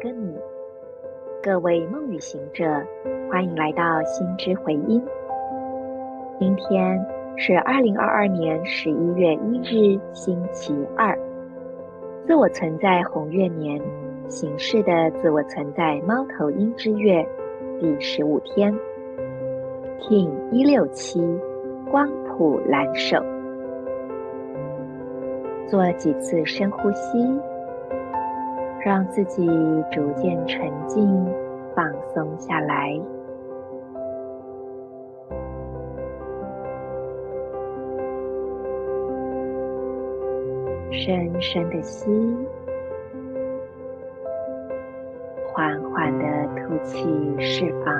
个你。各位梦语行者，欢迎来到心之回音。今天是2022年11月1日，星期二。自我存在红月年，形式的自我存在猫头鹰之月第15天。King 167光谱蓝手。做几次深呼吸，让自己逐渐沉静，放松下来。深深的吸，缓缓的吐气，释放。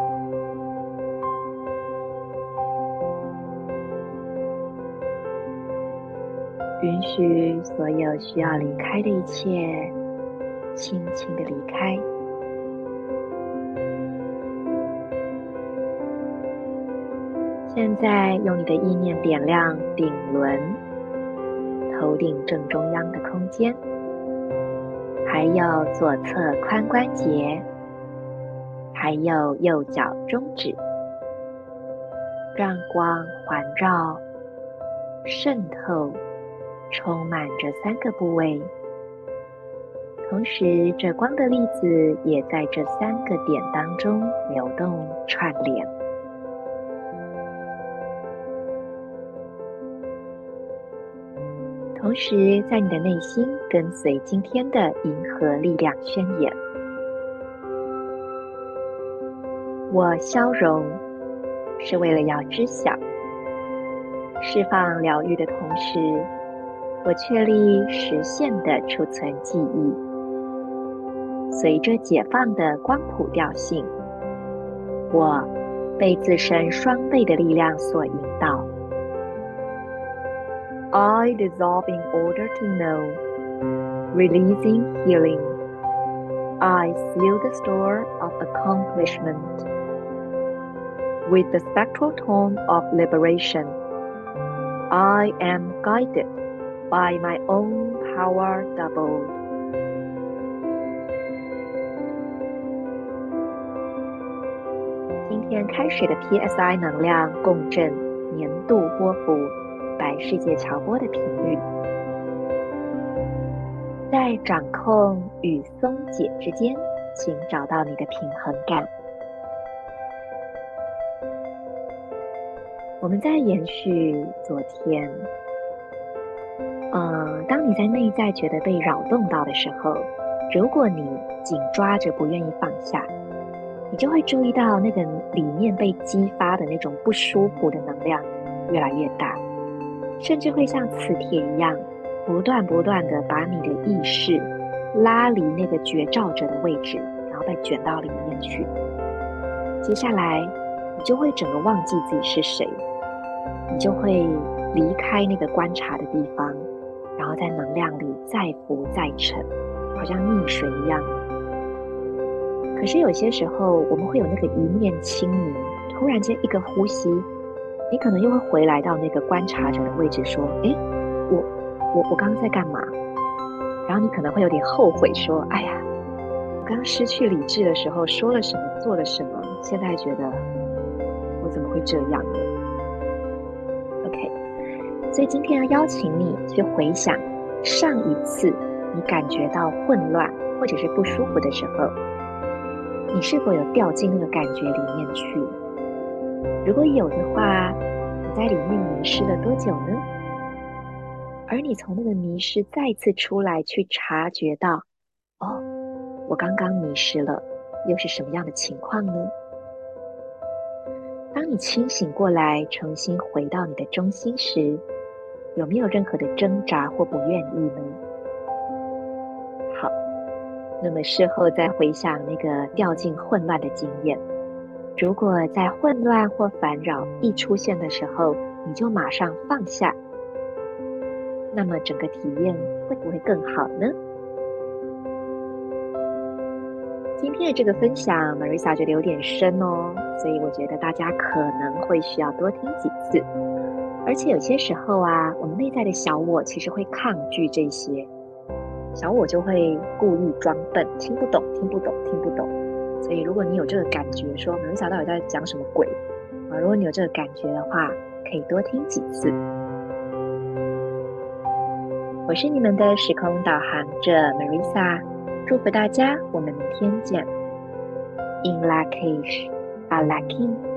允许所有需要离开的一切轻轻的离开。现在用你的意念点亮顶轮，头顶正中央的空间，还有左侧髋关节，还有右脚中指，让光环绕、渗透充满这3个部位，同时这光的粒子也在这3个点当中流动串联。同时在你的内心跟随今天的银河力量宣言：我消融是为了要知晓，释放疗愈的同时，我确立实现的储存记忆，随着解放的光谱调性，我被自身双倍的力量所引导。I dissolve in order to know, releasing healing. I seal the store of accomplishment with the spectral tone of liberation. I am guided by my own power doubled. 今天开始的 PSI 能量共振年度波幅白世界桥波的频率，在掌控与松解之间，请找到你的平衡感。我们在延续昨天，当你在内在觉得被扰动到的时候，如果你紧抓着不愿意放下，你就会注意到那个里面被激发的那种不舒服的能量越来越大，甚至会像磁铁一样不断的把你的意识拉离那个觉照者的位置，然后被卷到里面去。接下来你就会整个忘记自己是谁，你就会离开那个观察的地方，然后在能量里再浮再沉，好像溺水一样。可是有些时候我们会有那个一念清明，突然间一个呼吸，你可能又会回来到那个观察者的位置，说我刚刚在干嘛？然后你可能会有点后悔，说哎呀，我刚刚失去理智的时候说了什么做了什么，现在觉得我怎么会这样呢？ OK， 所以今天要邀请你去回想上一次你感觉到混乱或者是不舒服的时候，你是否有掉进那个感觉里面去？如果有的话，你在里面迷失了多久呢？而你从那个迷失再次出来，去察觉到，我刚刚迷失了，又是什么样的情况呢？当你清醒过来，重新回到你的中心时，有没有任何的挣扎或不愿意呢？好，那么事后再回想那个掉进混乱的经验，如果在混乱或烦扰一出现的时候，你就马上放下，那么整个体验会不会更好呢？今天的这个分享 Marissa 觉得有点深哦，所以我觉得大家可能会需要多听几次。而且有些时候啊，我们内在的小我其实会抗拒这些， 小我就会故意装笨，听不懂，听不懂，听不懂。所以如果你有这个感觉，说梅丽莎到底在讲什么鬼啊？如果你有这个感觉的话，可以多听几次。我是你们的时空导航者 Marissa， 祝福大家，我们明天见。In Lak'ech, Alaki。